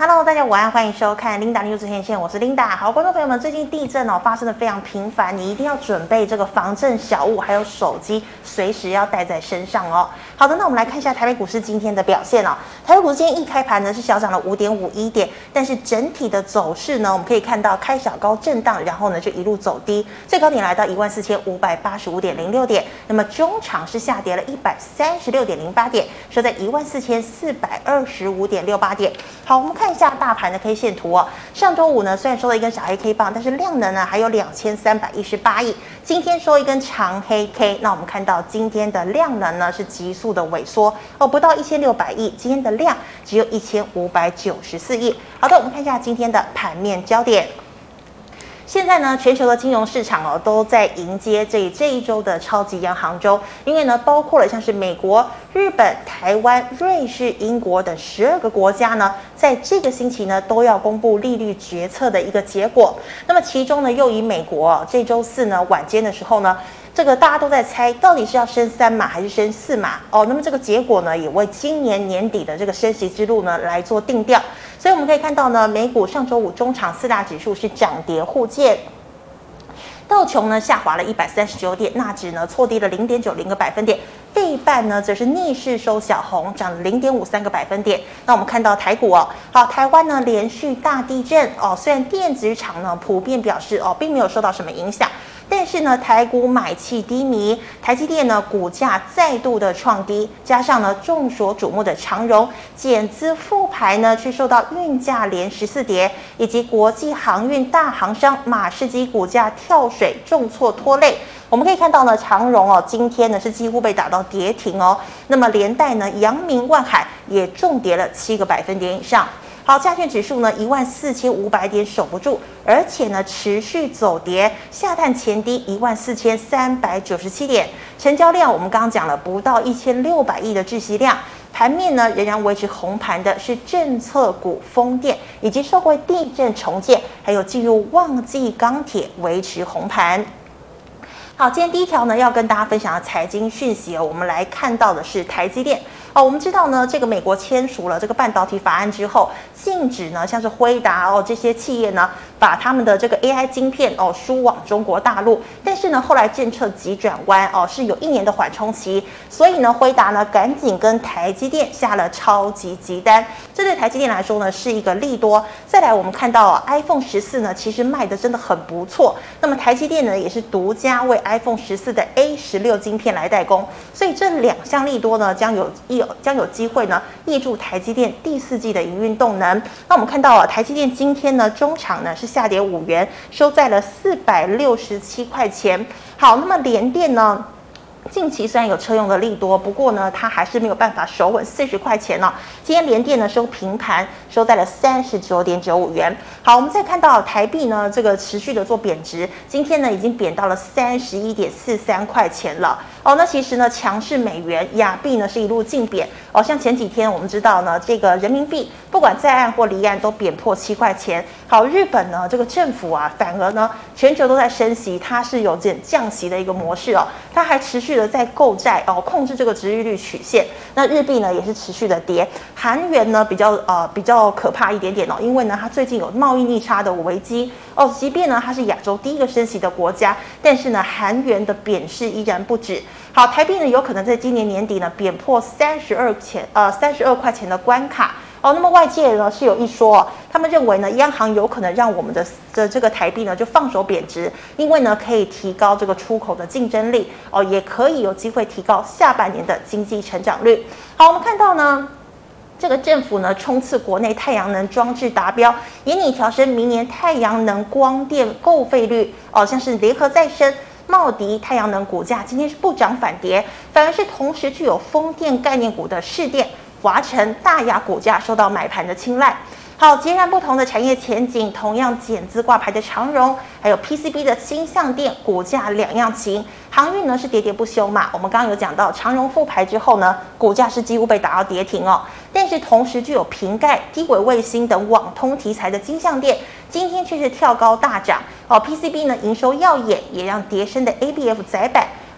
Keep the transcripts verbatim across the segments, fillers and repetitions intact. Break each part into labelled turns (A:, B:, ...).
A: Hello， 大家午安，欢迎收看 Linda News 连线，我是 Linda。好，观众朋友们，最近地震哦发生的非常频繁，你一定要准备这个防震小物，还有手机，随时要带在身上哦。好的，那我们来看一下台北股市今天的表现哦。台北股市今天一开盘呢是小涨了 五点五一点，但是整体的走势呢，我们可以看到开小高震荡，然后呢就一路走低，最高点来到一万四千五百八十五点零六点，那么中场是下跌了一百三十六点零八点，收在一万四千四百二十五点六八点。好，我们看一下大盘的 K 线图哦。上周五呢，虽然收了一根小黑 K 棒，但是量能呢还有两千三百一十八亿。今天收一根长黑 K， 那我们看到今天的量能呢是急速的萎缩哦，不到一千六百亿，今天的量只有一千五百九十四亿。好的，我们看一下今天的盘面焦点。现在呢，全球的金融市场哦都在迎接这这一周的超级央行周，因为呢，包括了像是美国、日本、台湾、瑞士、英国等十二个国家呢，在这个星期呢都要公布利率决策的一个结果。那么其中呢，又以美国、哦、这周四呢晚间的时候呢，这个大家都在猜到底是要升三码还是升四码哦。那么这个结果呢，也为今年年底的这个升息之路呢来做定调。所以我们可以看到呢，美股上周五中场四大指数是涨跌互见。道琼呢下滑了一百三十九点，纳指呢挫低了零点九零个百分点，费半呢则是逆势收小红，涨了零点五三个百分点。那我们看到台股哦，好，台湾呢连续大地震哦，虽然电子厂呢普遍表示哦并没有受到什么影响，但是呢台股买气低迷，台积电呢股价再度的创低，加上呢众所瞩目的长荣减资复牌呢却受到运价连十四跌，以及国际航运大航商马士基股价跳水重挫拖累。我们可以看到呢，长荣哦，今天呢是几乎被打到跌停哦。那么连带呢，阳明、万海也重跌了七个百分点以上。好，加权指数呢一万四千五百点守不住，而且呢持续走跌，下探前低一万四千三百九十七点，成交量我们刚刚讲了不到一千六百亿的滞息量。盘面呢仍然维持红盘的是政策股、风电以及受惠地震重建，还有进入旺季钢铁维持红盘。好，今天第一条呢要跟大家分享的财经讯息哦，我们来看到的是台积电哦。我们知道呢，这个美国签署了这个半导体法案之后，禁止呢像是辉达哦这些企业呢把他们的这个 A I 晶片哦输往中国大陆，但是呢后来政策急转弯哦，是有一年的缓冲期，所以呢辉达呢赶紧跟台积电下了超级急单，这对台积电来说呢是一个利多。再来我们看到、哦、iPhone 十四呢其实卖的真的很不错，那么台积电呢也是独家为 iPhone 十四的 A 十六 晶片来代工，所以这两项利多呢将有有将有机会呢挹注台积电第四季的营运动能。那我们看到啊，台积电今天呢中场呢是下跌五元，收在了四百六十七块钱。好，那么联电呢？近期虽然有车用的利多，不过呢，它还是没有办法守稳四十块钱哦。今天联电呢收平盘，收在了三十九点九五元。好，我们再看到台币呢，这个持续的做贬值，今天呢已经贬到了三十一点四三块钱了。哦，那其实呢，强势美元、亚币呢是一路净贬。哦，像前几天我们知道呢，这个人民币不管在岸或离岸都贬破七块钱。好，日本呢这个政府啊，反而呢全球都在升息，它是有点降息的一个模式哦，它还持续的在购债哦，控制这个殖利率曲线。那日币呢也是持续的跌，韩元呢比较呃比较可怕一点点哦，因为呢它最近有贸易逆差的危机哦，即便呢它是亚洲第一个升息的国家，但是呢韩元的贬势依然不止。好，台币呢有可能在今年年底呢贬破三十二钱呃三十二块钱的关卡。哦，那么外界呢是有一说、哦，他们认为呢，央行有可能让我们的的这个台币呢就放手贬值，因为呢可以提高这个出口的竞争力，哦，也可以有机会提高下半年的经济成长率。好，我们看到呢，这个政府呢冲刺国内太阳能装置达标，也拟调升明年太阳能光电购费率，哦，像是联合再生、茂迪太阳能股价今天是不涨反跌，反而是同时具有风电概念股的士电、华城、大亚股价受到买盘的青睐。好，截然不同的产业前景，同样减资挂牌的长荣，还有 P C B 的新象电，股价两样情。航运呢是喋喋不休嘛，我们刚刚有讲到长荣复牌之后呢，股价是几乎被打到跌停哦。但是同时具有瓶盖、低轨卫星等网通题材的金象电，今天却是跳高大涨哦。P C B 呢营收耀眼，也让跌升的 A B F 载板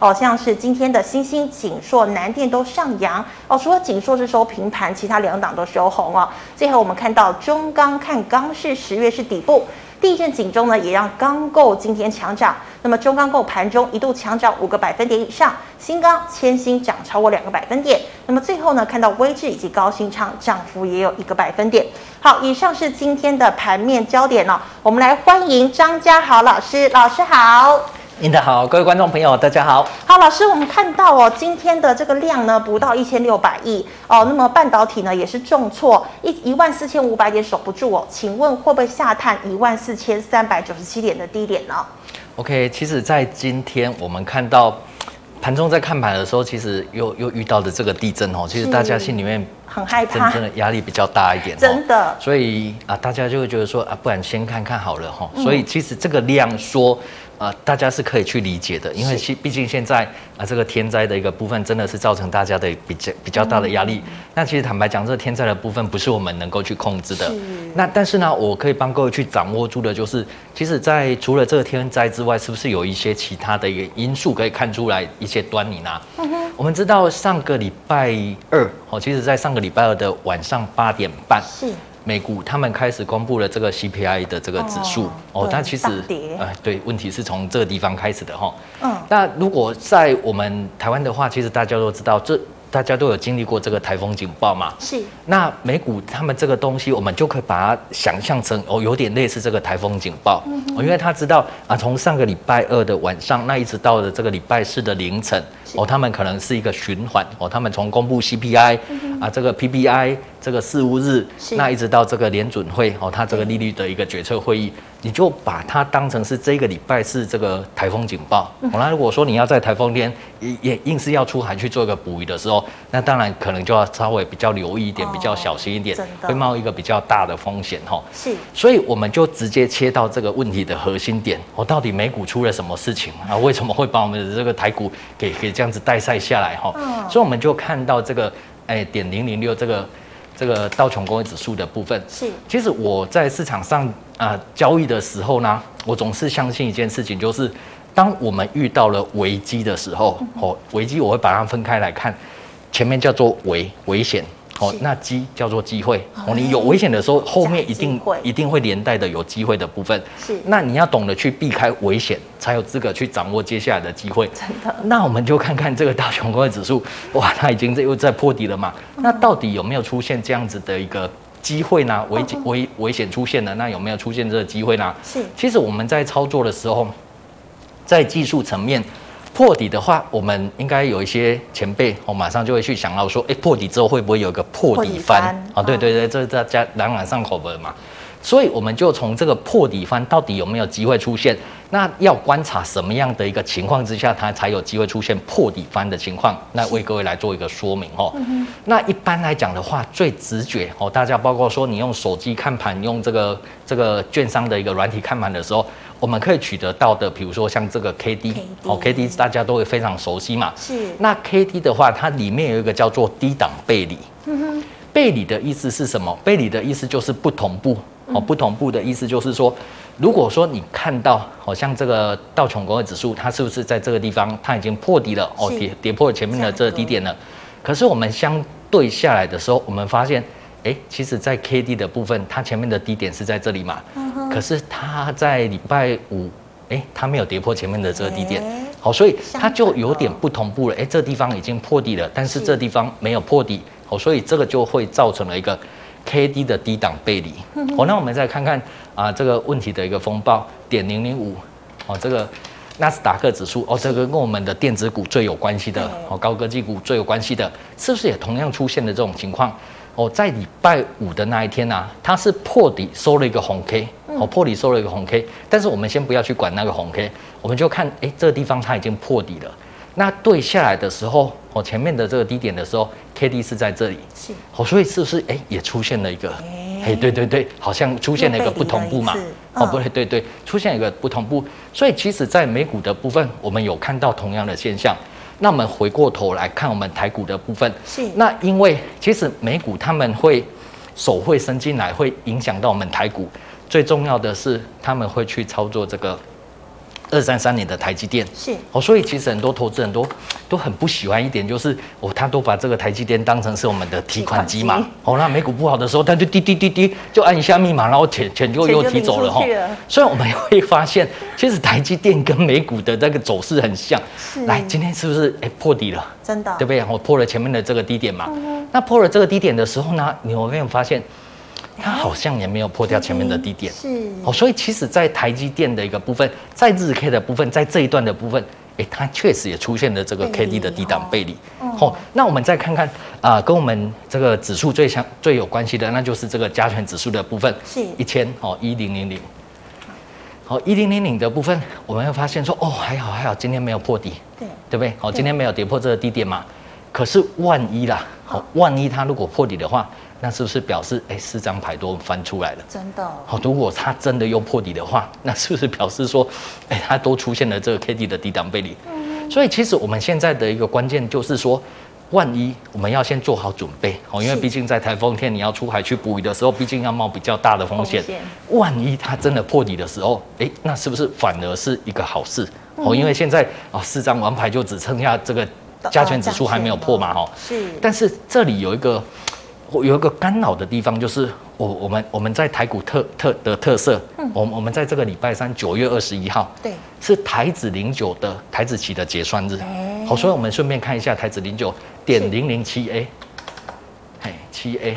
A: 哦，像是今天的新兴、景硕、南电都上扬哦，除了景硕是收平盘，其他两档都收红哦。最后我们看到中钢看钢市十月是底部。地震警钟呢，也让钢构今天强涨。那么中钢构盘中一度强涨五个百分点以上，新钢、千兴涨超过两个百分点。那么最后呢，看到威致以及高新昌涨幅也有一个百分点。好，以上是今天的盘面焦点哦。我们来欢迎张家豪老师，老师好。
B: 您的好，各位观众朋友，大家好。
A: 好，老师，我们看到哦，今天的这个量呢不到一千六百亿哦，那么半导体呢也是重挫，一一万四千五百点守不住哦，请问会不会下探一万四千三百九十七点的低点呢
B: ？OK， 其实，在今天我们看到盘中在看盘的时候，其实又又遇到的这个地震哦，其实大家心里面
A: 很害怕，
B: 真的压力比较大一点，
A: 真的。
B: 所以啊，大家就会觉得说啊，不然先看看好了哈。所以其实这个量说。呃，大家是可以去理解的，因为毕竟现在啊，这个天灾的一个部分真的是造成大家的比较比较大的压力。嗯、那其实坦白讲，这个天灾的部分不是我们能够去控制的。那但是呢，我可以帮各位去掌握住的就是，其实，在除了这个天灾之外，是不是有一些其他的一个因素可以看出来一些端倪呢？嗯、我们知道上个礼拜二哦，其实在上个礼拜二的晚上八点半。是。美股他们开始公布了这个 C P I 的这个指数哦，但其实呃对，问题是从这个地方开始的哈。嗯，那如果在我们台湾的话，其实大家都知道这。大家都有经历过这个台风警报嘛？是。那美股他们这个东西，我们就可以把它想象成哦，有点类似这个台风警报。嗯、哦，因为他知道啊，从上个礼拜二的晚上，那一直到了这个礼拜四的凌晨，哦，他们可能是一个循环哦，他们从公布 C P I、嗯、啊，这个 P P I 这个四五日，那一直到这个联准会哦，它这个利率的一个决策会议。你就把它当成是这个礼拜是这个台风警报。嗯、那如果说你要在台风天也也硬是要出海去做一个捕鱼的时候，那当然可能就要稍微比较留意一点，哦、比较小心一点，会冒一个比较大的风险哈。是，所以我们就直接切到这个问题的核心点。哦，到底美股出了什么事情啊？为什么会把我们的这个台股给给这样子带赛下来哈？嗯、所以我们就看到这个哎点零零六这个。这个道琼工业指数的部分是，其实我在市场上啊、呃、交易的时候呢，我总是相信一件事情，就是当我们遇到了危机的时候，哦，危机我会把它分开来看，前面叫做危危险，哦，那机叫做机会，哦，你有危险的时候，后面一定一定会连带的有机会的部分，是，那你要懂得去避开危险，才有资格去掌握接下来的机会。真的，那我们就看看这个道琼工业指数，哇，它已经又在破底了嘛？那到底有没有出现这样子的一个机会呢？危危危险出现了，那有没有出现这个机会呢？是，其实我们在操作的时候，在技术层面。破底的话，我们应该有一些前辈，我马上就会去想到说，哎、欸，破底之后会不会有一个破底翻？啊、哦，对对对，这大家朗朗上口的嘛。所以我们就从这个破底翻到底有没有机会出现，那要观察什么样的一个情况之下，它才有机会出现破底翻的情况。那为各位来做一个说明哦。嗯、那一般来讲的话，最直觉哦，大家包括说你用手机看盘，用这个这个券商的一个软体看盘的时候。我们可以取得到的，比如说像这个 K D， 哦 ，K D 大家都会非常熟悉嘛。是。那 K D 的话，它里面有一个叫做低档背离。嗯哼。背离的意思是什么？背离的意思就是不同步。哦，不同步的意思就是说，如果说你看到，好像这个道琼工业指数，它是不是在这个地方它已经破底了？哦，跌跌破了前面的这个低点了。可是我们相对下来的时候，我们发现。哎，其实，在 K D 的部分，它前面的低点是在这里嘛？嗯、可是它在礼拜五，哎，它没有跌破前面的这个低点，好，所以它就有点不同步了。哎，这地方已经破底了，但是这地方没有破底，好，所以这个就会造成了一个 K D 的低档背离。嗯、好，那我们再看看啊，这个问题的一个风暴点零零五，哦，这个纳斯达克指数，哦，这个跟我们的电子股最有关系的，哦，高科技股最有关系的，是不是也同样出现了这种情况？哦，在礼拜五的那一天啊，它是破底收了一个红 K， 哦，破底收了一个红 K， 但是我们先不要去管那个红 K， 我们就看，哎，这个地方它已经破底了。那对下来的时候，哦，前面的这个低点的时候 ，K D 是在这里，是，哦，所以是不是哎也出现了一个，哎，对对对，好像出现了一个不同步嘛，哦，不对对对，出现一个不同步，所以其实，在美股的部分，我们有看到同样的现象。那我们回过头来看我们台股的部分，是那因为其实美股他们会手会伸进来，会影响到我们台股。最重要的是他们会去操作这个二三三年的台积电
A: 是
B: 哦，所以其实很多投资人都都很不喜欢一点，就是哦，他都把这个台积电当成是我们的提款机嘛。哦，那美股不好的时候，他就滴滴滴滴就按一下密码，然后钱钱就又提走了哈。所以我们会发现，其实台积电跟美股的那个走势很像。来，今天是不是哎破底了？
A: 真的，
B: 对不对？我破了前面的这个低点嘛。嗯、那破了这个低点的时候呢，你有没有发现？它好像也没有破掉前面的低点，
A: 是
B: 哦，所以其实，在台积电的一个部分，在日 K 的部分，在这一段的部分，哎，它确实也出现了这个 K D 的低档背离。哦，那我们再看看啊、呃，跟我们这个指数最相最有关系的，那就是这个加权指数的部分，
A: 是
B: 一千哦一零零零。好，一零零零的部分，我们会发现说，哦，还好还好，今天没有破底，
A: 对
B: 对不对？好，今天没有跌破这个低点嘛。可是万一啦，好，万一它如果破底的话，那是不是表示哎四张牌都翻出来了？
A: 真的。
B: 好，如果它真的又破底的话，那是不是表示说，哎它都出现了这个 K D 的低档背离？嗯。所以其实我们现在的一个关键就是说，万一我们要先做好准备哦，因为毕竟在台风天你要出海去捕鱼的时候，毕竟要冒比较大的风险。万一它真的破底的时候，哎，那是不是反而是一个好事？嗯、哦，因为现在啊、哦、四张王牌就只剩下这个。加权指数还没有破嘛，哈，
A: 是。
B: 但是这里有一个有一个干扰的地方，就是我我们我们在台股特特的特色，嗯，我们我们在这个礼拜三九月二十一号，
A: 对，
B: 是台指零九的台指期的结算日，哎，好，所以我们顺便看一下台指零九点零零七 A， 嘿，七 A，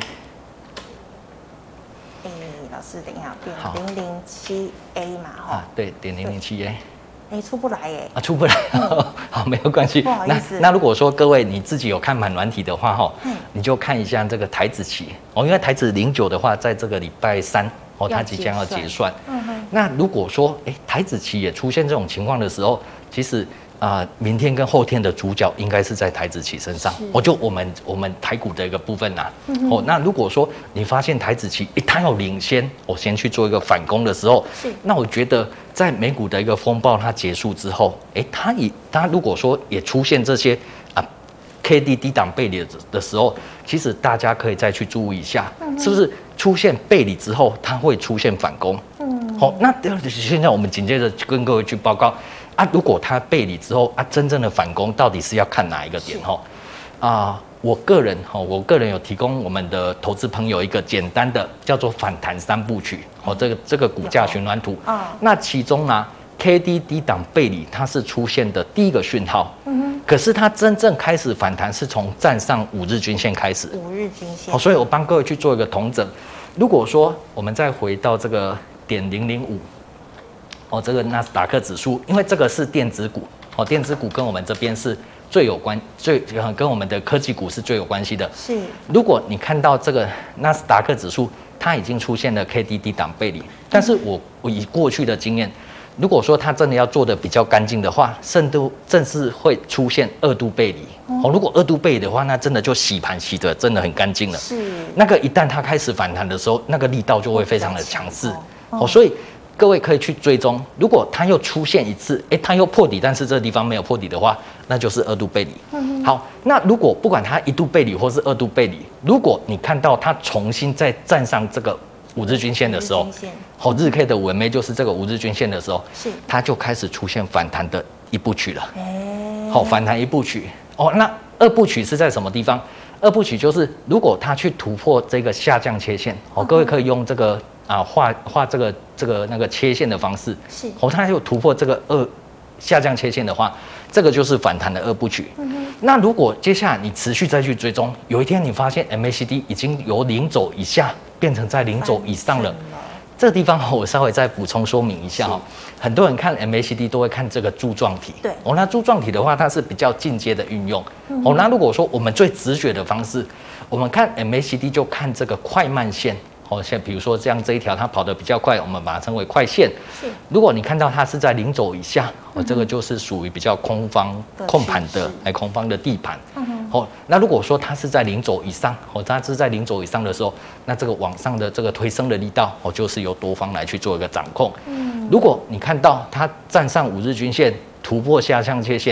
A: 哎，老师等一下，点零零七 A 嘛，哈，
B: 啊，对，点零零七 A。
A: 哎，出不来哎！
B: 啊，出不来，嗯、好，没有关系。
A: 不好意思。
B: 那那如果说各位你自己有看盘软体的话，哈、嗯，你就看一下这个台指期哦，因为台指零九的话，在这个礼拜三哦，它即将要结算。嗯哼。那如果说哎台指期也出现这种情况的时候，其实啊、呃，明天跟后天的主角应该是在台指期身上。哦，就我们我们台股的一个部分呐、啊。嗯、哦，那如果说你发现台指期哎它有领先，我先去做一个反攻的时候，是，那我觉得。在美股的一个风暴它结束之后，哎，它也它如果说也出现这些啊 K D 低档背离的时候，其实大家可以再去注意一下，嗯、是不是出现背离之后它会出现反攻？嗯，好、哦，那现在我们紧接着跟各位去报告啊，如果它背离之后啊，真正的反攻到底是要看哪一个点？哈啊。我个人哈，我个人有提供我们的投资朋友一个简单的叫做反弹三部曲哦，这个这个股价循环图啊。那其中呢 ，K D 低档背离它是出现的第一个讯号，嗯哼。可是它真正开始反弹是从站上五日均线开始。
A: 五日均线。
B: 好，所以我帮各位去做一个统整。如果说我们再回到这个点零零五，哦，这个纳斯达克指数，因为这个是电子股，哦，电子股跟我们这边是。最有关最跟我们的科技股是最有关系的。是，如果你看到这个纳斯达克指数，它已经出现了 K D 低档背离，但是我我以过去的经验，如果说它真的要做的比较干净的话，甚至正是会出现二度背离。哦，如果二度背离的话，那真的就洗盘洗的真的很干净了。是，那个一旦它开始反弹的时候，那个力道就会非常的强势。哦，所以。各位可以去追踪，如果它又出现一次，哎，它又破底，但是这个地方没有破底的话，那就是二度背离。嗯、好，那如果不管它一度背离或是二度背离，如果你看到它重新再站上这个五日均线的时候，好，日 K 的五 M A 就是这个五日均线的时候，是它就开始出现反弹的一部曲了。好，反弹一部曲。哦，那二部曲是在什么地方？二部曲就是如果它去突破这个下降切线，哦，各位可以用这个。啊，画画这个这个那个切线的方式是，哦，它有突破这个二下降切线的话，这个就是反弹的二部曲。嗯、那如果接下来你持续再去追踪，有一天你发现 M A C D 已经由零轴以下变成在零轴以上了，这个地方我稍微再补充说明一下哈。很多人看 M A C D 都会看这个柱状体，对，哦，那柱状体的话，它是比较进阶的运用。嗯、哦，那如果说我们最直觉的方式，我们看 M A C D 就看这个快慢线。哦，像比如说这样这一条它跑得比较快，我们把它称为快线。是，如果你看到它是在零轴以下，哦，这个就是属于比较空方控盘的，哎，空方的地盘。嗯哼。哦，那如果说它是在零轴以上，哦，它是在零轴以上的时候，那这个往上的这个推升的力道，哦，就是由多方来去做一个掌控。嗯。如果你看到它站上五日均线，突破下降切线。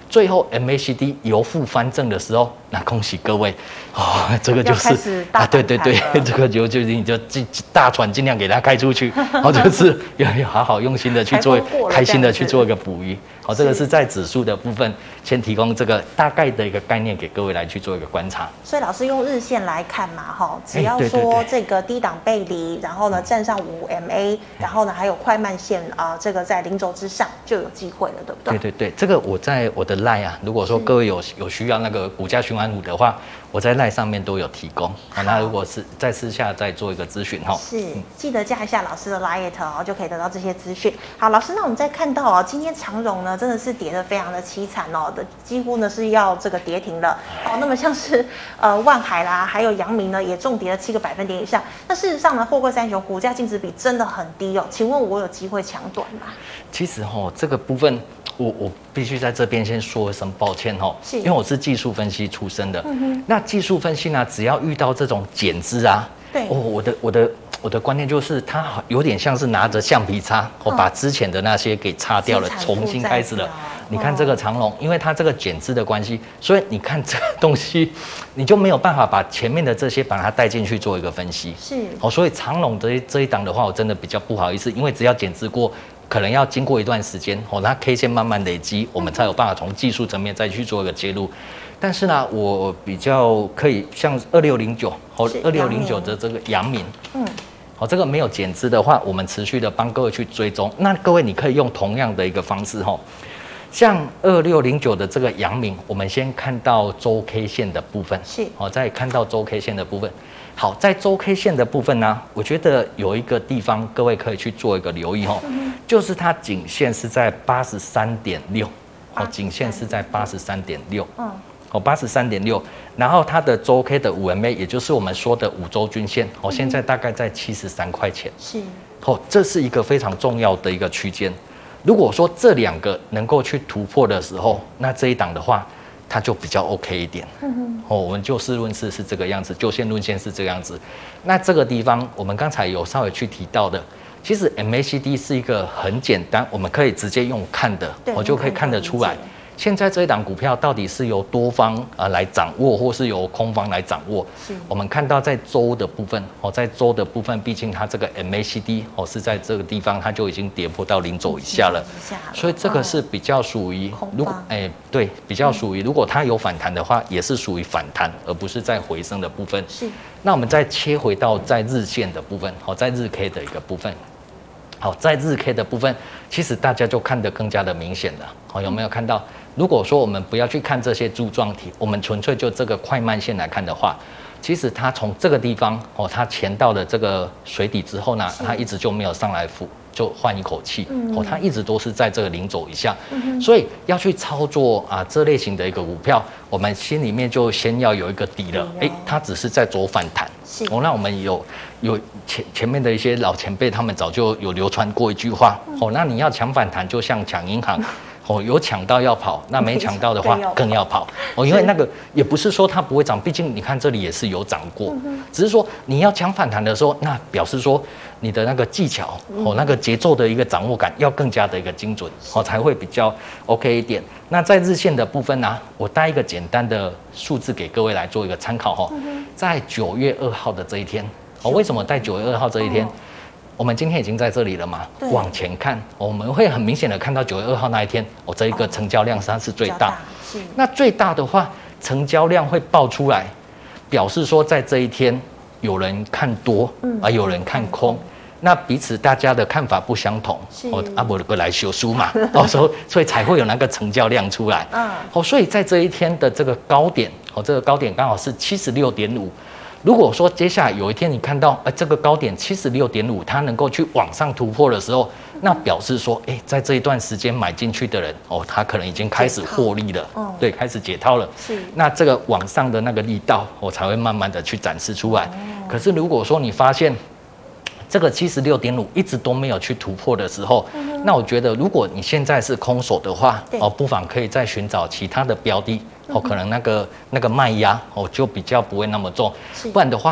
B: 最后 M A C D 由负翻正的时候，那恭喜各位哦，这个就是啊，对对对，这个就就你就大船尽量给它开出去，然后就是要要好好用心的去做，开心的去做一个捕鱼。好，这个是在指数的部分，先提供这个大概的一个概念给各位来去做一个观察。
A: 所以老师用日线来看嘛，哈，只要说这个低档背离，然后呢站上五 M A， 然后呢还有快慢线啊、呃，这个在零轴之上就有机会了，对不对？
B: 对对对，这个我在我的 LINE 啊，如果说各位有有需要那个股价循环股的话，我在 LINE 上面都有提供啊。那如果是在私下再做一个咨询哈，
A: 是记得加一下老师的 LINE 哦，就可以得到这些资讯。好，老师，那我们再看到哦，今天长荣呢真的是跌得非常的凄惨哦，的几乎呢是要这个跌停了哦。那么像是呃万海啦，还有阳明呢也重跌了七个百分点以上。那事实上呢，货柜三雄股价净值比真的很低哦，请问我有机会抢短吗？
B: 其实哈，这个部分。我我必须在这边先说一声抱歉哈，因为我是技术分析出身的。嗯、那技术分析呢，只要遇到这种减资啊，
A: 对，
B: 哦，我的我的我的观念就是，它有点像是拿着橡皮擦，我、嗯、把之前的那些给擦掉了，重新开始了。你看这个长荣，因为它这个减资的关系，所以你看这个东西，你就没有办法把前面的这些把它带进去做一个分析。
A: 是，
B: 哦，所以长荣这一这一档的话，我真的比较不好意思，因为只要减资过。可能要经过一段时间，哦，那 K 线慢慢累积，我们才有办法从技术层面再去做一个介入。但是呢，我比较可以像二六零九，哦，二六零九的这个阳明，嗯，好，这个没有减资的话，我们持续的帮各位去追踪。那各位你可以用同样的一个方式，哈，像二六零九的这个阳明，我们先看到周 K 线的部分，
A: 是，
B: 好，再看到周 K 线的部分。好，在周 K 线的部分呢，我觉得有一个地方各位可以去做一个留意哦，嗯、就是它颈线是在八十三点六，哦，颈线是在八十三点六，嗯，哦，八十三点六，然后它的周 K 的五 M A， 也就是我们说的五周均线，哦，现在大概在七十三块钱，
A: 是，
B: 哦，这是一个非常重要的一个区间。如果说这两个能够去突破的时候，那这一档的话。它就比较 OK 一点，嗯、哦，我们就事论事是这个样子，就线论线是这个样子。那这个地方我们刚才有稍微去提到的，其实 M A C D 是一个很简单，我们可以直接用看的，我就可以看得出来。现在这一档股票到底是由多方啊来掌握，或是由空方来掌握？我们看到在周的部分，哦，在周的部分，毕竟它这个 M A C D 哦是在这个地方，它就已经跌破到零轴以下了，所以这个是比较属于，如果哎、欸、对，比较属于，如果它有反弹的话，也是属于反弹，而不是在回升的部分。
A: 是。
B: 那我们再切回到在日线的部分，好，在日 K 的一个部分。好，在日 K 的部分，其实大家就看得更加的明显了。好，有没有看到？如果说我们不要去看这些柱状体，我们纯粹就这个快慢线来看的话，其实它从这个地方哦，它潜到了这个水底之后呢，它一直就没有上来浮，就换一口气、嗯、哦，它一直都是在这个零轴以下，嗯、所以要去操作啊这类型的一个股票，我们心里面就先要有一个底了。哎、欸，它只是在走反弹。哦，那我们有有前前面的一些老前辈，他们早就有流传过一句话，哦，那你要抢反弹，就像抢银行。哦，有抢到要跑，那没抢到的话更要跑哦，因为那个也不是说它不会涨，毕竟你看这里也是有涨过，只是说你要抢反弹的时候，那表示说你的那个技巧哦，那个节奏的一个掌握感要更加的一个精准哦，才会比较 OK 一点。那在日线的部分呢、啊，我带一个简单的数字给各位来做一个参考哈、哦，在九月二号的这一天哦，为什么在九月二号这一天？我们今天已经在这里了嘛？往前看，我们会很明显的看到九月二号那一天，我、哦、这一个成交量它是最大。是。那最大的话，成交量会爆出来，表示说在这一天有人看多，嗯，啊有人看空，那彼此大家的看法不相同，哦，阿伯过来修书嘛，到时候所以才会有那个成交量出来。嗯。哦，所以在这一天的这个高点，哦，这个高点刚好是七十六点五。如果说接下来有一天你看到，呃，这个高点七十六点五，它能够去往上突破的时候，那表示说，哎、欸，在这一段时间买进去的人，哦，他可能已经开始获利了，哦、对，开始解套了。是。那这个往上的那个力道，我才会慢慢的去展示出来。哦、可是如果说你发现这个七十六点五一直都没有去突破的时候，嗯、那我觉得如果你现在是空手的话，哦，不妨可以再寻找其他的标的。哦，可能那个那个卖压哦就比较不会那么重，不然的话，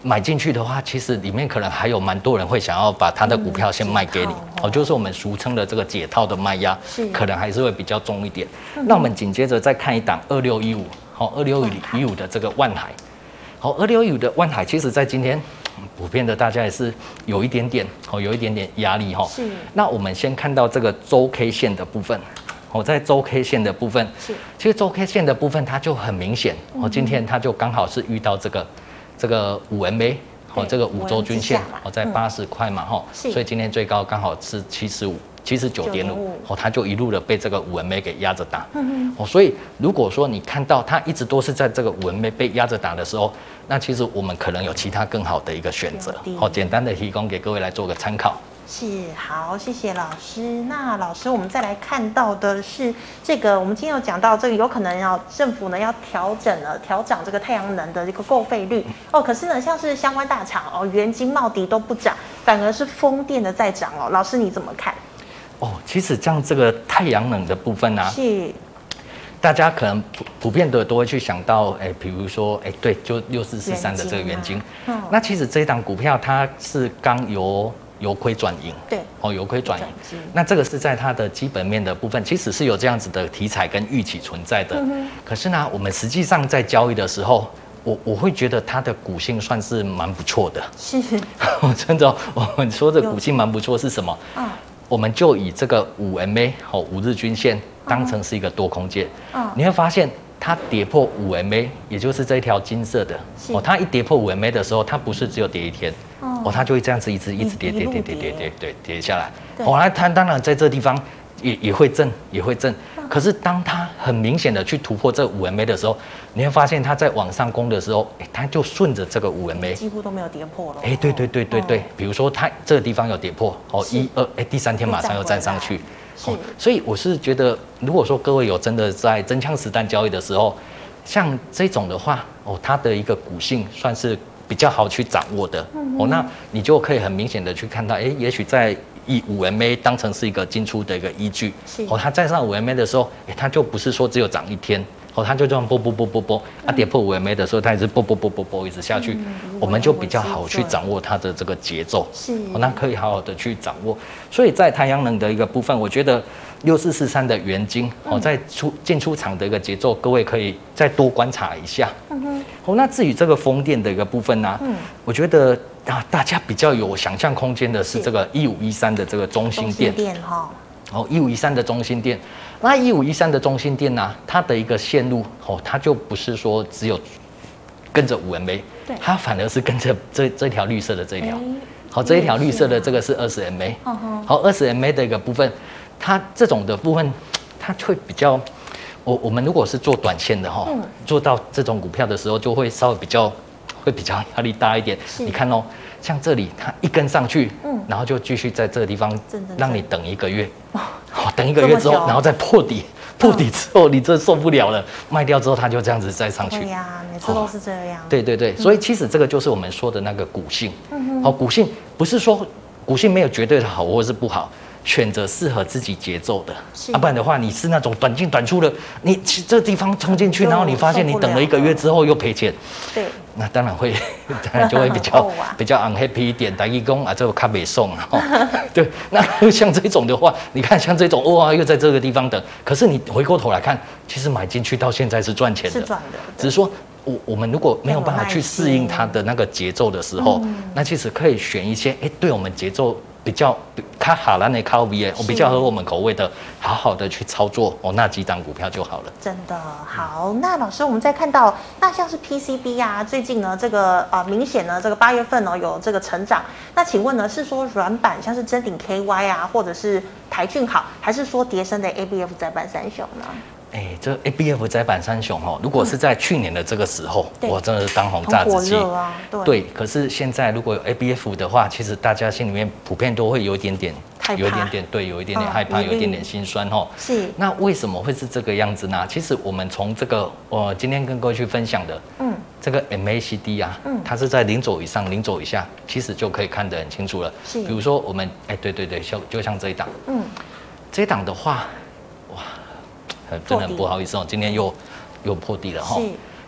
B: 买进去的话，其实里面可能还有蛮多人会想要把他的股票先卖给你，
A: 嗯、
B: 哦，就是我们俗称的这个解套的卖压，可能还是会比较重一点。
A: 嗯、
B: 那我们紧接着再看一档二六一五，好，二六一五的这个万海，好，二六一五的万海，其实在今天普遍的大家也是有一点点，哦，有一点点压力哈。
A: 是。
B: 那我们先看到这个周 K 线的部分。我在周 K 线的部分，
A: 是，
B: 其实周 K 线的部分它就很明显，我、嗯、今天它就刚好是遇到这个这个五 M A， 哦，这个五周均线，哦，在八十块嘛，哈、嗯，所以今天最高刚好是七十五，七十九点五，哦，它就一路的被这个五 M A 给压着打，嗯哦，所以如果说你看到它一直都是在这个五 M A 被压着打的时候，那其实我们可能有其他更好的一个选择，好、哦，简单的提供给各位来做个参考。
A: 是，好，谢谢老师。那老师，我们再来看到的是这个，我们今天有讲到这个，有可能要政府呢要调整了，调涨这个太阳能的这个购费率哦。可是呢，像是相关大厂哦，元晶、茂迪都不涨，反而是风电的在涨哦。老师你怎么看？
B: 哦，其实像这个太阳能的部分啊，
A: 是。
B: 大家可能普普遍的都会去想到，哎、欸，比如说，哎、欸，对，就六四四三的这个元晶、啊嗯。那其实这一档股票它是刚由由亏转盈，
A: 对，
B: 哦，由亏转盈。那这个是在它的基本面的部分，其实是有这样子的题材跟预期存在的。嗯、可是呢，我们实际上在交易的时候，我我会觉得它的股性算是蛮不错的。
A: 是，
B: 真的、哦，我们说的股性蛮不错是什么？嗯，我们就以这个五 M A 哦五日均线当成是一个多空界。嗯，你会发现。它跌破五 M A， 也就是这一条金色的哦，它一跌破五 M A 的时候，它不是只有跌一天，哦，哦它就会这样子一直一直跌跌跌跌跌跌跌跌下来。哦，那它当然在这地方也也会震，也会震。可是当它很明显的去突破这五 M A 的时候，你会发现它在往上攻的时候，哎，它就顺着这个五 M A，
A: 几乎都没有跌破了。
B: 哎，对对对对对，比如说它这个地方有跌破，哦，一二，哎，第三天马上又站上去。哦，所以我是觉得，如果说各位有真的在真枪实弹交易的时候，像这种的话，哦，它的一个股性算是比较好去掌握的，嗯、哦，那你就可以很明显的去看到，哎，也许在以五 M A 当成是一个进出的一个依据，哦，它站上五 M A 的时候，哎，它就不是说只有涨一天。哦，它就这样波波波波波，啊，跌破五 M A 的时候，它也是波波波波波一直下去，嗯、我们就比较好去掌握它的这个节奏，
A: 是，
B: 哦，那可以好好的去掌握。所以在太阳能的一个部分，我觉得六四四三的元晶，哦，在出进出场的一个节奏，各位可以再多观察一下。嗯哼，哦，那至于这个风电的一个部分呢、啊，嗯，我觉得啊，大家比较有想象空间的是这个一五一三的这个中兴电，
A: 电哈，
B: 哦，一五一三的中兴电。那一五一三的中兴电呢、啊，它的一个线路哦，它就不是说只有跟着五 M A， 它反而是跟着这这条绿色的这一条，好、欸，这一条绿色的这个是二十 M A， 好，二十 M A 的一个部分，它这种的部分，它会比较，我我们如果是做短线的哈、嗯，做到这种股票的时候，就会稍微比较会比较压力大一点。你看哦，像这里它一根上去，嗯，然后就继续在这个地方让你等一个月。好，等一个月之后，然后再破底，破底之后你这受不了了，卖掉之后它就这样子再上去。
A: 对呀，每次都是这样。
B: 对对对，所以其实这个就是我们说的那个股性。嗯好，股性不是说股性没有绝对的好或者是不好，选择适合自己节奏的，要、啊、不然的话你是那种短进短出的，你这地方冲进去，然后你发现你等了一个月之后又赔钱。对。那当然会，当然就会比较、哦啊、比较 unhappy 一点，大家讲啊，这个卡没送啊。对，那像这种的话，你看像这种哇，又在这个地方等，可是你回过头来看，其实买进去到现在是赚钱的，
A: 是赚的。
B: 只是说我我们如果没有办法去适应它的那个节奏的时候，嗯、那其实可以选一些哎、欸，对我们节奏比较卡好兰的卡比，我比较合我们口味的，好好的去操作哦，那几档股票就好了。
A: 真的好，那老师我们再看到，那像是 P C B 啊，最近呢这个啊、呃、明显呢这个八月份呢有这个成长，那请问呢是说软板像是臻鼎 K Y 啊，或者是台骏好，还是说跌升的 A B F 载板三雄呢？
B: 哎、欸，这 A B F 载板三雄哦，如果是在去年的这个时候，我、嗯、真的是当红炸子鸡、
A: 啊。对。
B: 对，可是现在如果有 A B F 的话，其实大家心里面普遍都会有一点点，有一点点对，有一点点害怕，嗯、有一点点心酸哦。
A: 是。
B: 那为什么会是这个样子呢？其实我们从这个我、呃、今天跟各位去分享的，嗯，这个 M A C D 啊，嗯，它是在零轴以上、零轴以下，其实就可以看得很清楚了。是。比如说我们，哎、欸，对对对，就就像这一档，嗯，这一档的话，哇。真的很不好意思哦，今天又又破底了哈。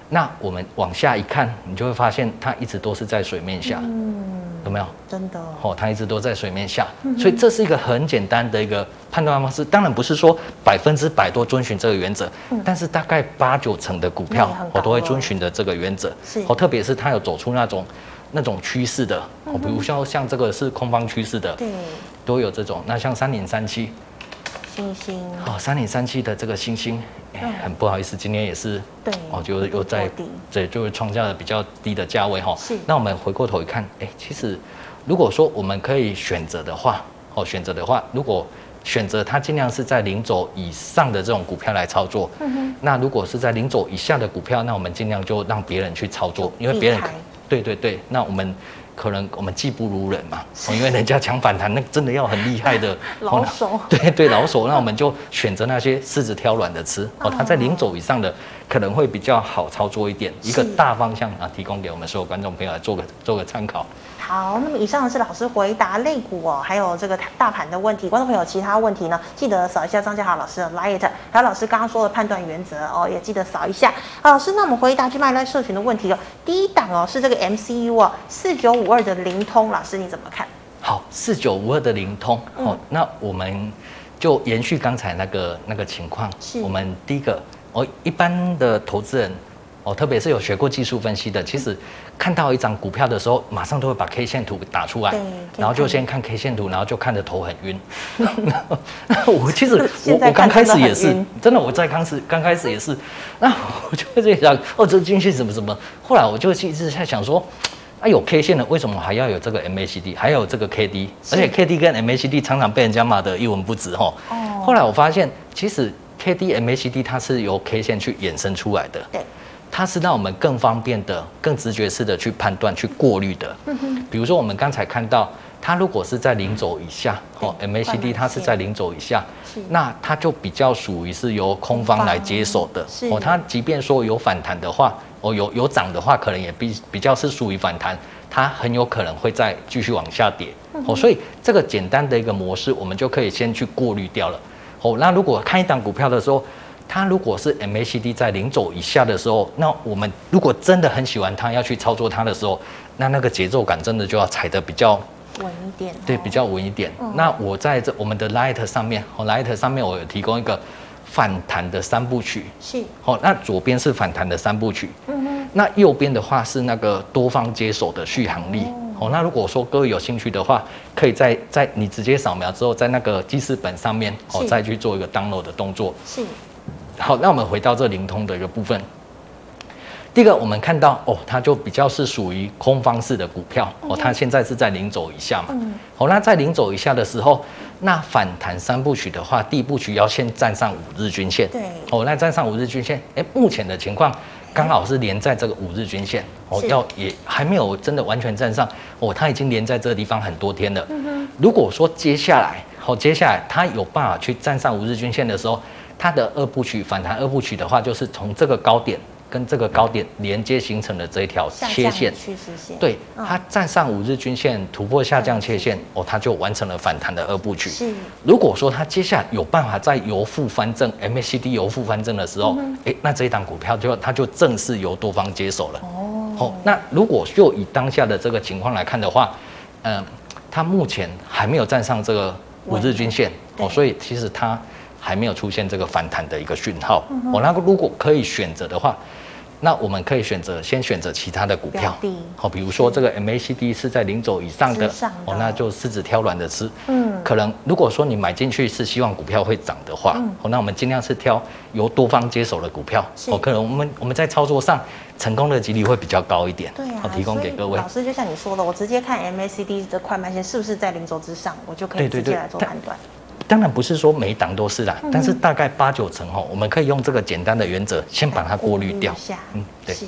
B: 那我们往下一看，你就会发现它一直都是在水面下，嗯，有没有？
A: 真的
B: 哦，它一直都在水面下，嗯、所以这是一个很简单的一个判断方式。当然不是说百分之百都遵循这个原则，嗯、但是大概八九成的股票我都会遵循的这个原则。是，哦，特别是它有走出那种那种趋势的，哦，比如像像这个是空方趋势的，对，都有这种。那像三零三七。
A: 星星
B: 哦，三零三七的这个星星，哎、欸，很不好意思，今天也是对哦，就又在对，就是创下了比较低的价位哈。是。那我们回过头一看，哎、欸，其实如果说我们可以选择的话，哦，选择的话，如果选择它尽量是在零轴以上的这种股票来操作，嗯哼。那如果是在零轴以下的股票，那我们尽量就让别人去操作，因为别人对对对，那我们。可能我们技不如人嘛，因为人家抢反弹，那真的要很厉害的
A: 老手。
B: 对对，老手，那我们就选择那些柿子挑软的吃哦。它在零轴以上的可能会比较好操作一点，一个大方向啊，提供给我们所有观众朋友来做个做个参考。
A: 好，那么以上是老师回答类股哦，还有这个大盘的问题。观众朋友其他问题呢，记得扫一下张家豪老师的 Light， 还有老师刚刚说的判断原则哦，也记得扫一下。好，老师，那我们回答去麦来社群的问题哦。第一档哦是这个 M C U 哦，四九五二的灵通，老师你怎么看？
B: 好，四九五二的灵通，嗯、哦，那我们就延续刚才那个那个情况，我们第一个哦，一般的投资人。哦，特别是有学过技术分析的，其实看到一张股票的时候，马上都会把 K 线图打出来，然后就先看 K 线图，然后就看得头很晕。我其实我我刚开始也是，真的我在刚始刚开始也是，那我就会在想，哦，这均线什么什么。后来我就一直在想说，啊，有 K 线的，为什么还要有这个 M A C D， 还有这个 K D？ 而且 K D 跟 M A C D 常常被人家骂得一文不值哈。哦。后来我发现，其实 K D、M A C D 它是由 K 线去衍生出来的。对。它是让我们更方便的、更直觉式的去判断、去过滤的。嗯、比如说，我们刚才看到，它如果是在零轴以下，哦 ，M A C D 它是在零轴以下，那它就比较属于是由空方来接手的。哦，它即便说有反弹的话，哦，有有涨的话，可能也比比较是属于反弹，它很有可能会再继续往下跌。哦，所以这个简单的一个模式，我们就可以先去过滤掉了。哦，那如果看一档股票的时候，它如果是 M A C D 在零轴以下的时候，那我们如果真的很喜欢它，要去操作它的时候，那那个节奏感真的就要踩得比较
A: 稳一点，哦，
B: 对，比较稳一点。嗯、那我在这我们的 Light 上面，哦 Light 上面我有提供一个反弹的三部曲，是，哦，那左边是反弹的三部曲，嗯哼，那右边的话是那个多方接手的续航力。哦哦，那如果说各位有兴趣的话，可以在在你直接扫描之后，在那个记事本上面哦，再去做一个 download 的动作。是。好，那我们回到这灵通的一个部分。第一个，我们看到哦，它就比较是属于空方式的股票哦，它现在是在零轴以下嘛。嗯。好，那在零轴以下的时候，那反弹三部曲的话，第一部曲要先站上五日均线。对。哦，那站上五日均线，哎，目前的情况刚好是连在这个五日均线哦，要也还没有真的完全站上哦，它已经连在这个地方很多天了。嗯哼。如果说接下来，好，接下来它有办法去站上五日均线的时候，它的二部曲反弹二部曲的话，就是从这个高点跟这个高点连接形成的这一条切线，
A: 趋势线，
B: 对，它站上五日均线突破下降切线，哦，它就完成了反弹的二部曲。是，如果说它接下来有办法在由负翻正 M A C D 由负翻正的时候，哎、嗯，那这一档股票就它就正式由多方接手了。哦，哦，那如果就以当下的这个情况来看的话，嗯、呃，它目前还没有站上这个五日均线，哦，所以其实它还没有出现这个反弹的一个讯号。嗯、哦，那如果可以选择的话，那我们可以选择先选择其他的股票，好、哦，比如说这个 M A C D 是在零轴以上的，上的哦，那就狮子挑软的吃。嗯，可能如果说你买进去是希望股票会涨的话，嗯、哦，那我们尽量是挑由多方接手的股票，哦，可能我们我们在操作上成功的几率会比较高一点。对啊，我、哦、提供给各位。
A: 老师就像你说的，我直接看 M A C D 的快慢线是不是在零轴之上，我就可以直接来做判断。
B: 当然不是说每一档都是啦，嗯、但是大概八九成哦，我们可以用这个简单的原则先把它过滤掉。
A: 嗯，对。是。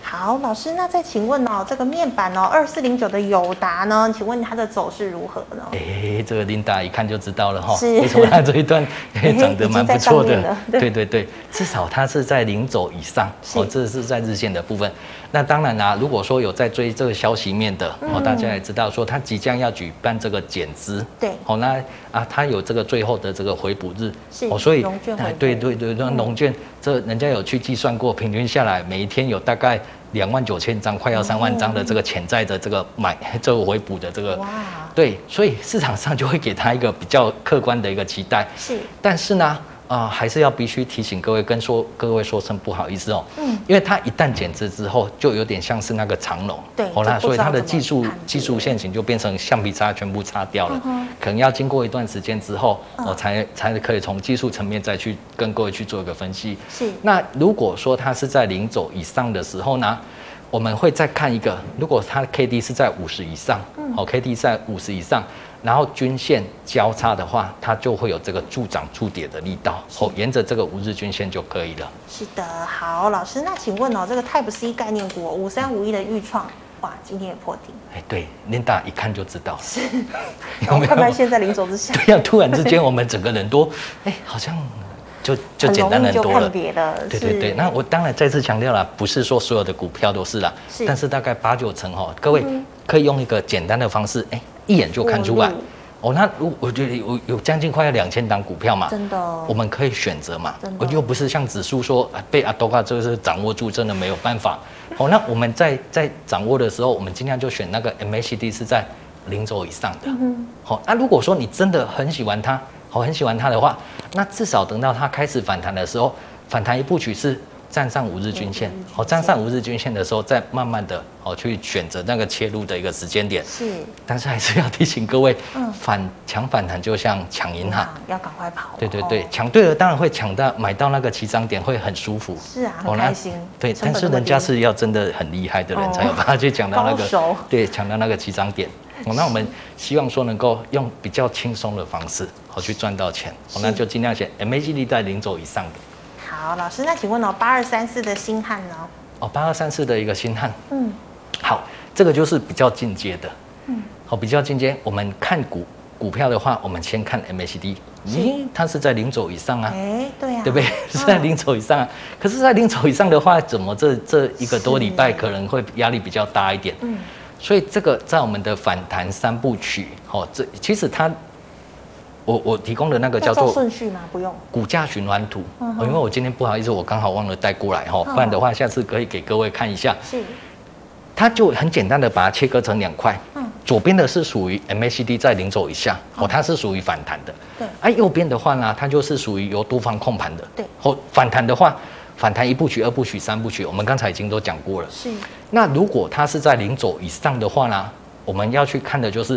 A: 好，老师，那再请问哦，这个面板哦，二四零九的友达呢？请问它的走势如何呢？
B: 哎，这个琳达一看就知道了哈，
A: 是
B: 为什么它这一段涨得蛮不错的？
A: 对
B: 对对对，至少它是在零轴以上，哦，这是在日线的部分。那当然啦、啊，如果说有在追这个消息面的，哦，大家也知道说它即将要举办这个减资，
A: 对，
B: 哦，那啊，它有这个最后的这个回补日，
A: 是，
B: 哦，所以，
A: 哎，
B: 对对对，那农券这人家有去计算过，平均下来每一天有大概两万九千张，快要三万张的这个潜在的这个买这个回补的这个，对，所以市场上就会给他一个比较客观的一个期待。
A: 是，
B: 但是呢，啊、呃，还是要必须提醒各位，跟说各位说声不好意思哦，嗯，因为它一旦减资之后，就有点像是那个长龙，
A: 对，
B: 好、哦、那所以它的技术技术线型就变成橡皮擦全部擦掉了，嗯、可能要经过一段时间之后，我、嗯哦、才才可以从技术层面再去跟各位去做一个分析。
A: 是，
B: 那如果说它是在零轴以上的时候呢？我们会再看一个，如果它的 K D 是在五十以上，嗯，好 ，K D 在五十以上，然后均线交叉的话，它就会有这个助涨助跌的力道，哦，沿着这个五日均线就可以了。
A: 是的，好，老师，那请问哦，这个 Type C 概念股五三五一的预创，哇，今天也破顶。
B: 哎，对，琳达一看就知道了，
A: 是，有没有？看不现在零轴之下，
B: 对呀、啊，突然之间我们整个人都，哎，好像。就就简单很多了，
A: 别了
B: 对对对。那我当然再次强调了，不是说所有的股票都是啦，是但是大概八九成哈，各位可以用一个简单的方式，哎，一眼就看出来。哦，那如我觉得有有将近快要两千档股票嘛，
A: 真的，
B: 我们可以选择嘛，我又不是像指数说被阿多卡这个是掌握住，真的没有办法。哦，那我们在在掌握的时候，我们尽量就选那个 M A C D 是在零轴以上的。嗯，好，那如果说你真的很喜欢它。我很喜欢它的话，那至少等到它开始反弹的时候，反弹一部曲是站上五日均线，好，站上五日均线的时候，再慢慢的哦去选择那个切入的一个时间点。
A: 是，
B: 但是还是要提醒各位，嗯，反抢反弹就像抢银行，
A: 要赶快跑。
B: 对对对，抢对了当然会抢到买到那个起涨点会很舒服。
A: 是啊，很开心。
B: 对，但是人家是要真的很厉害的人才有办法去抢到那个，对，抢到那个起涨点。哦，那我们希望说能够用比较轻松的方式，好去赚到钱。哦，那就尽量选 M A C D 在零轴以上的。
A: 好，老师，那请问哦，八二三四的星汉呢？
B: 哦，八二三四的一个星汉，嗯，好，这个就是比较进阶的，嗯，好，比较进阶。我们看股股票的话，我们先看 M A C D， 咦，它是在零轴以上啊，
A: 哎，对啊，
B: 对不对？是在零轴以上啊。可是，在零轴以上的话，怎么这这一个多礼拜可能会压力比较大一点？嗯。所以这个在我们的反弹三部曲，哦，这其实它，我我提供的那个叫做
A: 顺序吗？不用。股
B: 价循环图，嗯、因为我今天不好意思，我刚好忘了带过来哈，不然的话下次可以给各位看一下。是。它就很简单的把它切割成两块，嗯，左边的是属于 M A C D 在零轴以下，哦，它是属于反弹的，对。而、啊、右边的话呢，它就是属于由多方控盘的，对。哦，反弹的话。反弹一部曲、二部曲、三部曲，我们刚才已经都讲过了。是。那如果它是在零轴以上的话呢，我们要去看的就是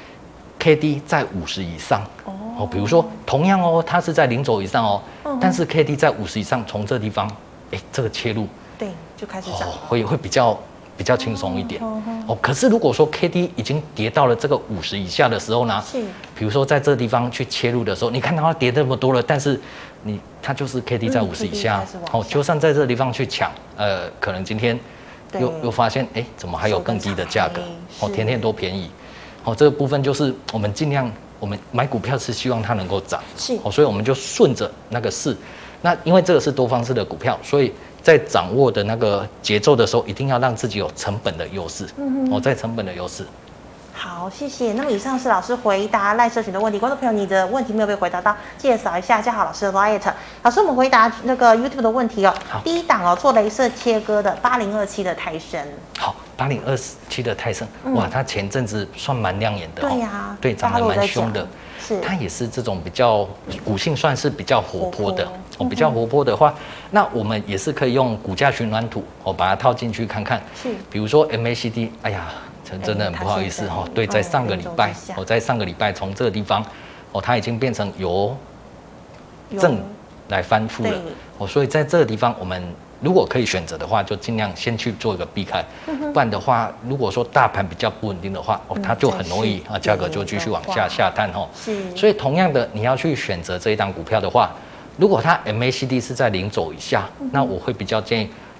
B: K D 在五十以上。哦。哦，比如说同样哦，它是在零轴以上哦，嗯、但是 K D 在五十以上，从这地方，哎，这个切入，
A: 对，就开始涨、哦，
B: 会会比较比较轻松一点。哦, 哦。可是如果说 K D 已经跌到了这个五十以下的时候呢，是。比如说在这个地方去切入的时候，你看到它跌这么多了，但是你它就是 K D 在五十以下，哦，就算在这个地方去抢，呃，可能今天又又发现，哎，怎么还有更低的价格？哦，天天都便宜，哦，这个部分就是我们尽量，我们买股票是希望它能够涨，是，哦，所以我们就顺着那个势，那因为这个是多方式的股票，所以在掌握的那个节奏的时候，一定要让自己有成本的优势，嗯哦，在成本的优势。
A: 好，谢谢。那么以上是老师回答赖社群的问题，观众朋友，你的问题没有被回答到，记得扫一下嘉豪老师的 Light。老师，我们回答那个 YouTube 的问题哦。第一档哦，做雷射切割的八零二七的泰森。
B: 好，八零二七的泰森，嗯、哇，它前阵子算蛮亮眼的、哦，
A: 对呀、啊，
B: 对，涨得蛮凶的。是，它也是这种比较股性算是比较活泼的。哦，比较活泼的话，那我们也是可以用股价循环图哦，把它套进去看看。是，比如说 M A C D， 哎呀。真的很不好意思哈、哦，对，在上个礼拜，我、哦、在上个礼拜从这个地方，哦，它已经变成由正来翻覆了，哦，所以在这个地方，我们如果可以选择的话，就尽量先去做一个避开，嗯、不然的话，如果说大盘比较不稳定的话，哦，它就很容易啊，价格就继续往下下探哈。是，所以同样的，你要去选择这一档股票的话，如果它 M A C D 是在零轴以下，嗯、那我会比较建议。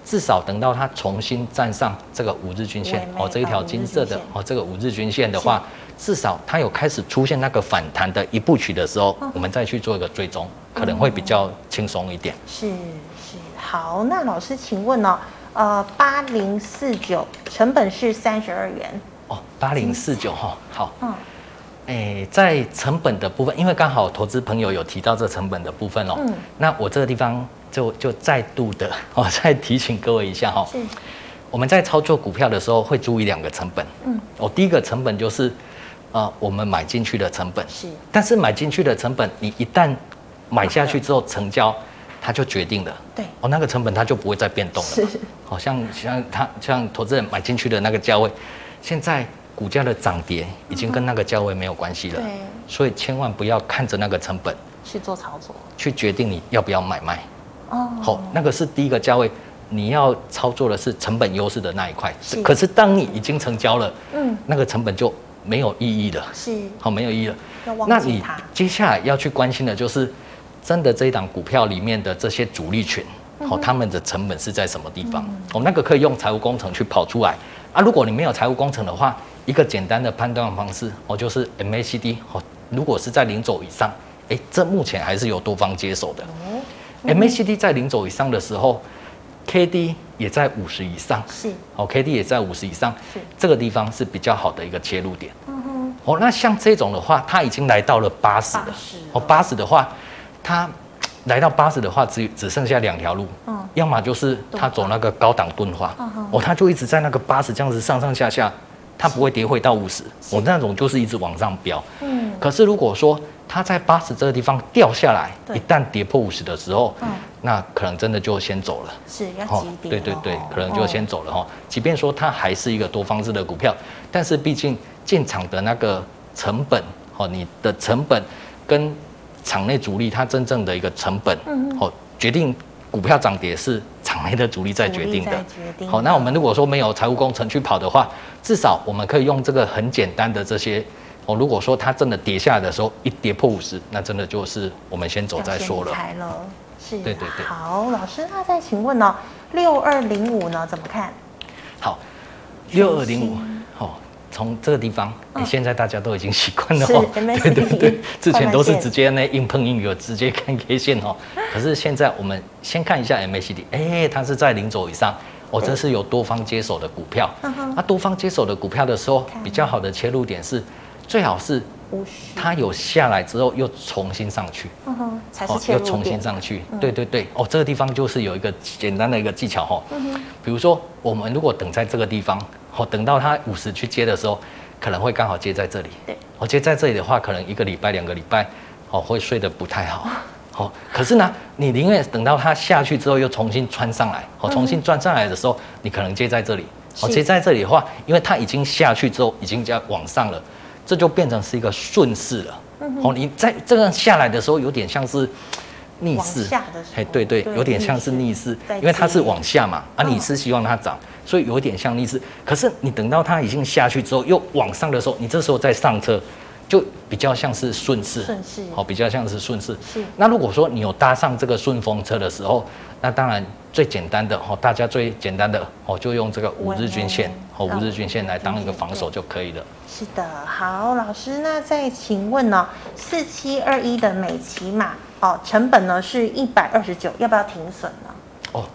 B: 至少等到它重新站上这个五日均线哦，这一条金色的哦，这个五日均线的话，至少它有开始出现那个反弹的一部曲的时候，嗯、我们再去做一个追踪，可能会比较轻松一点。
A: 是是，好，那老师请问呢、哦，呃，八零四九成本是三十二元
B: 哦，八零四九哈，好，嗯。诶，在成本的部分，因为刚好投资朋友有提到这成本的部分哦，嗯，那我这个地方就就再度的哦，再提醒各位一下哈、哦，我们在操作股票的时候会注意两个成本，嗯，哦，第一个成本就是呃我们买进去的成本，是，但是买进去的成本，你一旦买下去之后成交，它就决定了，对，哦，那个成本它就不会再变动了，是，好、哦、像像他像投资人买进去的那个价位，现在。股价的涨跌已经跟那个价位没有关系了，对，所以千万不要看着那个成本
A: 去做操作，
B: 去决定你要不要买卖。哦，好，那个是第一个价位，你要操作的是成本优势的那一块。是，可是当你已经成交了，嗯，那个成本就没有意义了。是，好，没有意义了。那你接下来要去关心的就是，真的这一档股票里面的这些主力群，好、嗯，他们的成本是在什么地方？嗯、哦，那个可以用财务工程去跑出来啊。如果你没有财务工程的话，一个简单的判断方式，哦，就是 M A C D， 哦，如果是在零轴以上，哎，这目前还是有多方接手的。哦嗯、M A C D 在零轴以上的时候 ，K D 也在五十以上，是，哦 ，K D 也在五十以上，是，这个地方是比较好的一个切入点。嗯哼，哦，那像这种的话，它已经来到了八十了，哦，八十的话，它来到八十的话，只只剩下两条路，嗯，要么就是它走那个高档钝化，嗯、哦，它就一直在那个八十这样子上上下下。它不会跌回到五十，我那种就是一直往上飙。嗯，可是如果说它在八十这个地方掉下来，一旦跌破五十的时候，嗯，那可能真的就先走了。
A: 是要急跌、哦。
B: 对对对，可能就先走了哈、哦。即便说它还是一个多方式的股票，但是毕竟进场的那个成本，哦，你的成本跟场内主力它真正的一个成本，嗯，哦，决定股票涨跌是场内的主力在决定的。好，那我们如果说没有财务工程去跑的话，至少我们可以用这个很简单的这些哦。如果说它真的跌下来的时候，一跌破五十，那真的就是我们先走再说了。
A: 开了，是，
B: 对对对。
A: 好，老师，那再请问呢、哦，六二零五呢怎么看？
B: 好，六二零五，哦。从这个地方、嗯欸，现在大家都已经习惯了哦。对对对，之前都是直接那硬碰硬，有直接看 K 线哦。可是现在我们先看一下 M A C D， 哎、欸，它是在零轴以上，哦，这是有多方接手的股票。那、嗯啊、多方接手的股票的时候，比较好的切入点是，最好是它有下来之后又重新上去，
A: 嗯哼，才是切入点、
B: 哦、又重新上去。嗯、对对对，哦，这个地方就是有一个简单的一个技巧哈、哦。嗯、比如说我们如果等在这个地方。哦，等到它五十去接的时候，可能会刚好接在这里。对，哦，接在这里的话，可能一个礼拜、两个礼拜，哦，会睡得不太好。哦，可是呢，你宁愿等到它下去之后又重新穿上来，哦，重新转上来的时候，你可能接在这里。哦，接在这里的话，因为它已经下去之后，已经在往上了，这就变成是一个顺势了。哦，你在这样下来的时候，有点像是。逆势，哎，对对，有点像是逆势，因为它是往下嘛，啊，你是希望它涨，所以有点像逆势。可是你等到它已经下去之后，又往上的时候，你这时候再上车，就比较像是顺势，顺势，好，比较像是顺势。是。那如果说你有搭上这个顺风车的时候，那当然最简单的哦，大家最简单的哦，就用这个五日均线哦，五日均线来当一个防守就可以了。
A: 是的，好，老师，那再请问呢、哦，四七二一的美骑马。哦，成本呢是一百二十九，要不要停损呢？哦，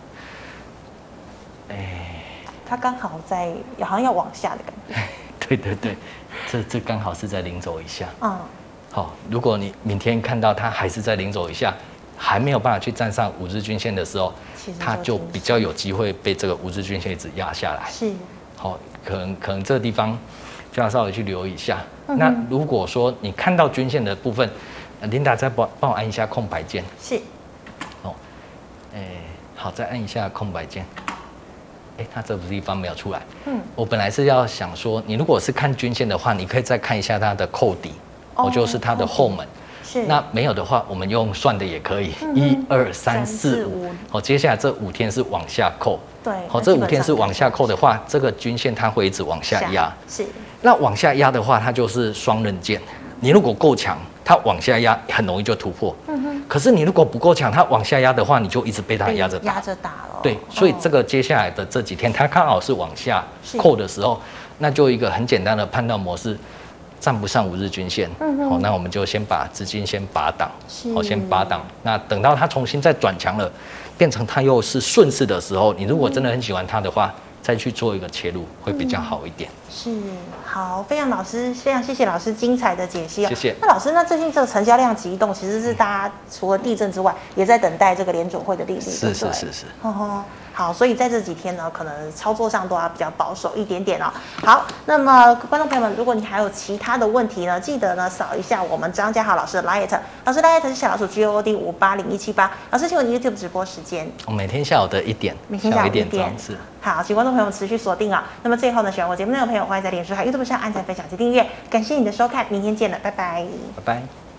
A: 哎，它刚好在，好像要往下的感觉。
B: 对对对，这这刚好是在零轴以下。嗯，好，如果你明天看到它还是在零轴以下，还没有办法去站上五日均线的时候，它就比较有机会被这个五日均线一直压下来。是，好，可能可能这个地方就要稍微去留意一下。嗯、那如果说你看到均线的部分，琳达再帮帮我按一下空白键。是。哦，哎、欸，好，再按一下空白键。哎、欸，它这个地方没有出来。嗯。我本来是要想说，你如果是看均线的话，你可以再看一下它的扣底，哦，哦就是它的后门。是。那没有的话，我们用算的也可以，一二三四五。好，接下来这五天是往下扣。对。好，这五天是往下扣的话，这个均线它会一直往下压。是。那往下压的话，它就是双刃剑。你如果够强。它往下压很容易就突破，嗯、 可是你如果不够强，它往下压的话，你就一直被它压着打。
A: 压着打了。
B: 对，所以这个接下来的这几天，它刚好是往下扣的时候，那就一个很简单的判断模式。站不上五日均线，好、嗯哦，那我们就先把资金先拔档，好、哦，先拔档。那等到它重新再转强了，变成它又是顺势的时候，你如果真的很喜欢它的话，再去做一个切入会比较好一点。
A: 嗯、是，好，非常老师，非常谢谢老师精彩的解析、哦、
B: 谢谢。
A: 那老师，那最近这个成交量急动，其实是大家除了地震之外，也在等待这个联准会的利率，
B: 是是是是。
A: 呵呵好，所以在这几天呢，可能操作上都要比较保守一点点哦。好，那么观众朋友们，如果你还有其他的问题呢，记得呢扫一下我们张家豪老师的 Light， 老师 Light 是小老鼠 G O D 五八零一七八。老师，请问你 YouTube 直播时间？
B: 每天下午的一点，
A: 每天下午一点
B: 是。
A: 好，请观众朋友们持续锁定啊、哦。那么最后呢，喜欢我节目内容的朋友，欢迎在脸书还有 YouTube 上按赞、分享及订阅。感谢你的收看，明天见了，拜拜，
B: 拜拜。